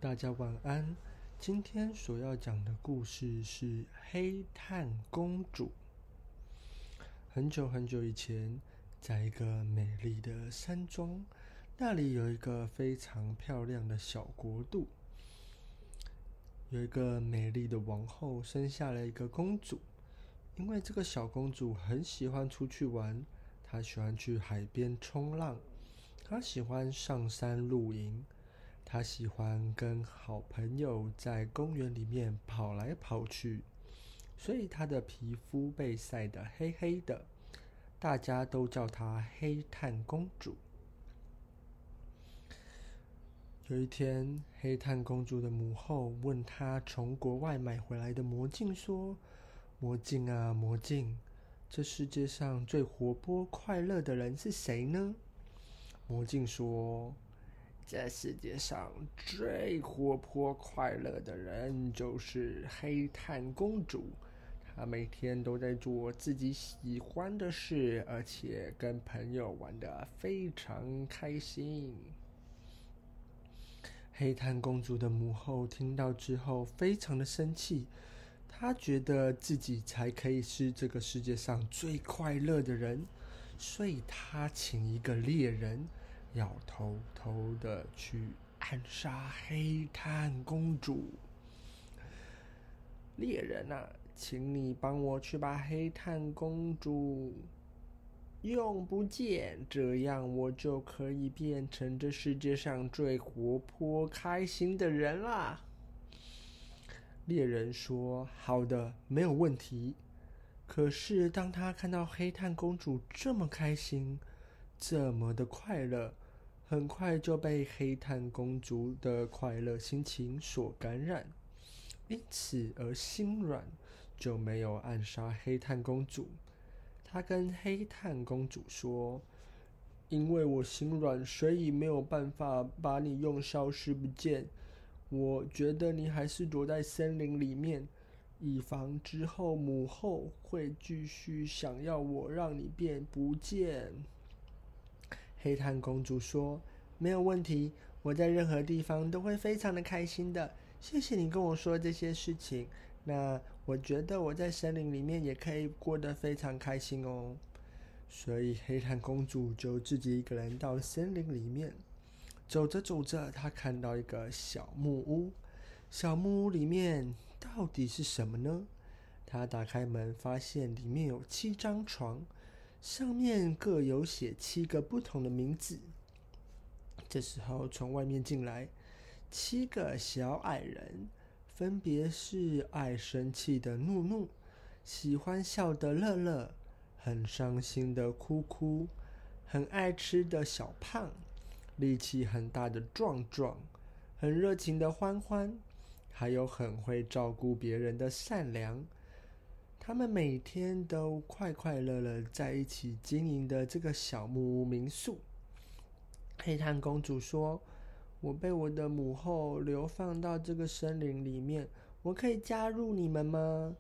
大家晚安。今天所要讲的故事是黑炭公主。很久很久以前，在一个美丽的山庄，那里有一个非常漂亮的小国度。有一个美丽的王后生下了一个公主。因为这个小公主很喜欢出去玩，她喜欢去海边冲浪，她喜欢上山露营，她喜欢跟好朋友在公园里面跑来跑去，所以她的皮肤被晒得黑黑的，大家都叫她黑炭公主。有一天，黑炭公主的母后问她从国外买回来的魔镜说：魔镜啊魔镜，这世界上最活泼快乐的人是谁呢？魔镜说：这世界上最活泼快乐的人就是黑炭公主，她每天都在做自己喜欢的事，而且跟朋友玩得非常开心。黑炭公主的母后听到之后非常的生气，她觉得自己才可以是这个世界上最快乐的人，所以她请一个猎人要偷偷的去暗杀黑炭公主。猎人啊，请你帮我去把黑炭公主用不见，这样我就可以变成这世界上最活泼开心的人啦。猎人说：好的，没有问题。可是当他看到黑炭公主这么开心，这么的快乐，很快就被黑炭公主的快乐心情所感染，因此而心软，就没有暗杀黑炭公主。他跟黑炭公主说：因为我心软，所以没有办法把你用消失不见。我觉得你还是躲在森林里面，以防之后母后会继续想要我让你变不见。黑炭公主说：没有问题，我在任何地方都会非常的开心的，谢谢你跟我说这些事情。那我觉得我在森林里面也可以过得非常开心哦。所以黑炭公主就自己一个人到森林里面，走着走着，她看到一个小木屋。小木屋里面到底是什么呢？她打开门，发现里面有7张床，上面各有写7个不同的名字。这时候从外面进来7个小矮人，分别是爱生气的怒怒，喜欢笑的乐乐，很伤心的哭哭，很爱吃的小胖，力气很大的壮壮，很热情的欢欢，还有很会照顾别人的善良。他们每天都快快乐乐在一起经营的这个小木屋民宿。黑炭公主说：我被我的母后流放到这个森林里面，我可以加入你们吗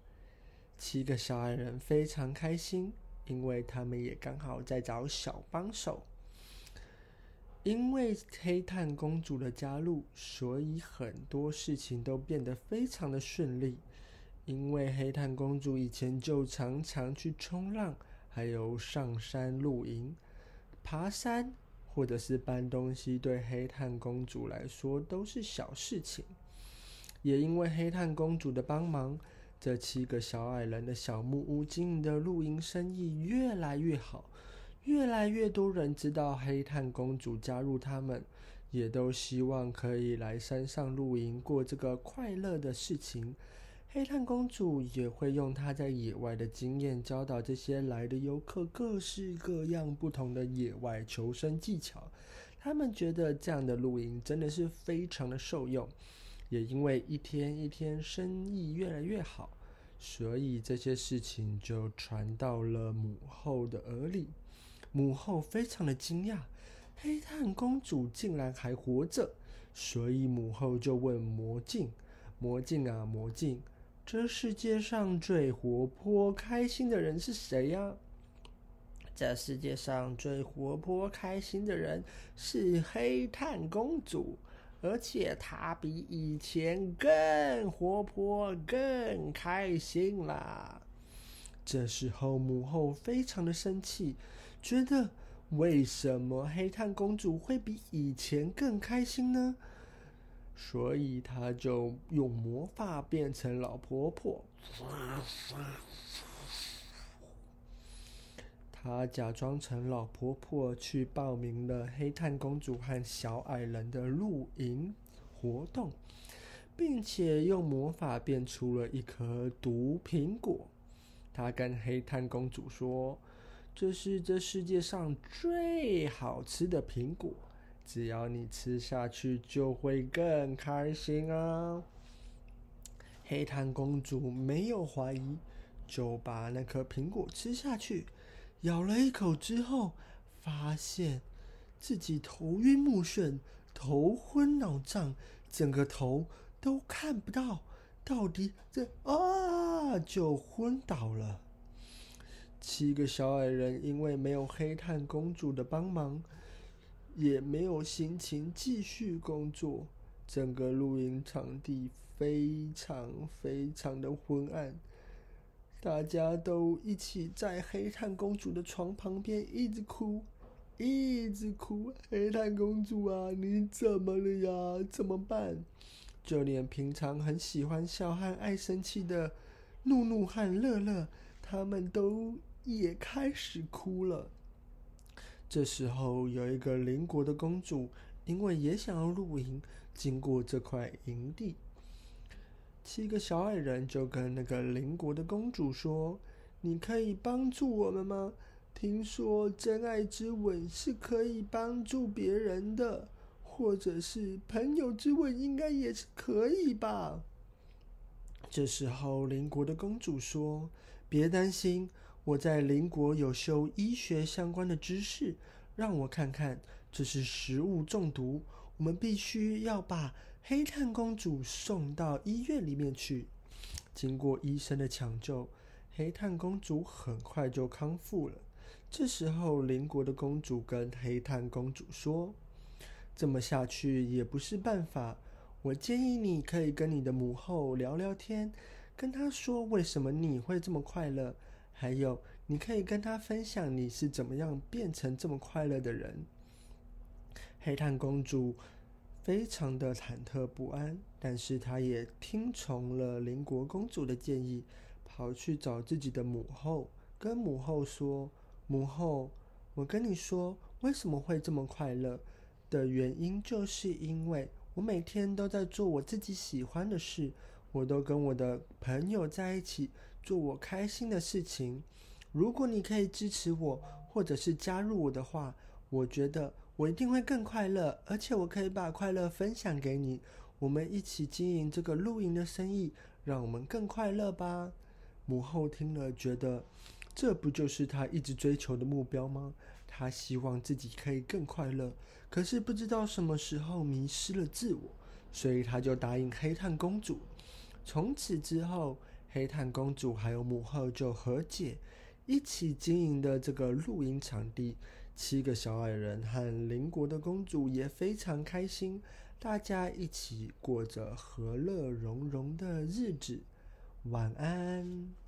？7个小矮人非常开心，因为他们也刚好在找小帮手。因为黑炭公主的加入，所以很多事情都变得非常的顺利。因为黑炭公主以前就常常去冲浪，还有上山露营。爬山或者是搬东西，对黑炭公主来说都是小事情。也因为黑炭公主的帮忙，这7个小矮人的小木屋经营的露营生意越来越好，越来越多人知道黑炭公主加入他们，也都希望可以来山上露营，过这个快乐的事情。黑炭公主也会用她在野外的经验，教导这些来的游客各式各样不同的野外求生技巧。他们觉得这样的露营真的是非常的受用，也因为一天一天生意越来越好，所以这些事情就传到了母后的耳里。母后非常的惊讶，黑炭公主竟然还活着，所以母后就问魔镜：魔镜啊魔镜，这世界上最活泼开心的人是谁呀？这世界上最活泼开心的人是黑炭公主， 而且他比以前更活泼、更开心啦。这时候母后非常的生气，觉得为什么黑炭公主会比以前更开心呢？所以她就用魔法变成老婆婆。她假装成老婆婆去报名了黑炭公主和小矮人的露营活动，并且用魔法变出了一颗毒苹果。她跟黑炭公主说：“这是这世界上最好吃的苹果，只要你吃下去就会更开心啊！”黑炭公主没有怀疑，就把那颗苹果吃下去。咬了一口之后，发现自己头晕目眩、头昏脑胀，整个头都看不到，到底就昏倒了。7个小矮人因为没有黑炭公主的帮忙，也没有心情继续工作，整个露营场地非常非常的昏暗。大家都一起在黑炭公主的床旁边一直哭，一直哭。黑炭公主啊，你怎么了呀？怎么办？就连平常很喜欢笑和爱生气的怒怒和乐乐，他们都也开始哭了。这时候有一个邻国的公主，因为也想要露营，经过这块营地。7个小矮人就跟那个邻国的公主说：“你可以帮助我们吗？听说真爱之吻是可以帮助别人的，或者是朋友之吻应该也是可以吧？”这时候邻国的公主说：“别担心，我在邻国有修医学相关的知识，让我看看，这是食物中毒，我们必须要把黑炭公主送到医院里面去。”经过医生的抢救，黑炭公主很快就康复了。这时候邻国的公主跟黑炭公主说：“这么下去也不是办法，我建议你可以跟你的母后聊聊天，跟她说为什么你会这么快乐，还有你可以跟她分享你是怎么样变成这么快乐的人。”黑炭公主非常的忐忑不安，但是她也听从了邻国公主的建议，跑去找自己的母后，跟母后说：“母后，我跟你说，为什么会这么快乐的原因，就是因为我每天都在做我自己喜欢的事，我都跟我的朋友在一起做我开心的事情。如果你可以支持我，或者是加入我的话，我觉得我一定会更快乐，而且我可以把快乐分享给你，我们一起经营这个露营的生意，让我们更快乐吧。”母后听了，觉得这不就是她一直追求的目标吗？她希望自己可以更快乐，可是不知道什么时候迷失了自我，所以她就答应黑炭公主。从此之后，黑炭公主还有母后就和解，一起经营的这个露营场地。7个小矮人和邻国的公主也非常开心，大家一起过着和乐融融的日子。晚安。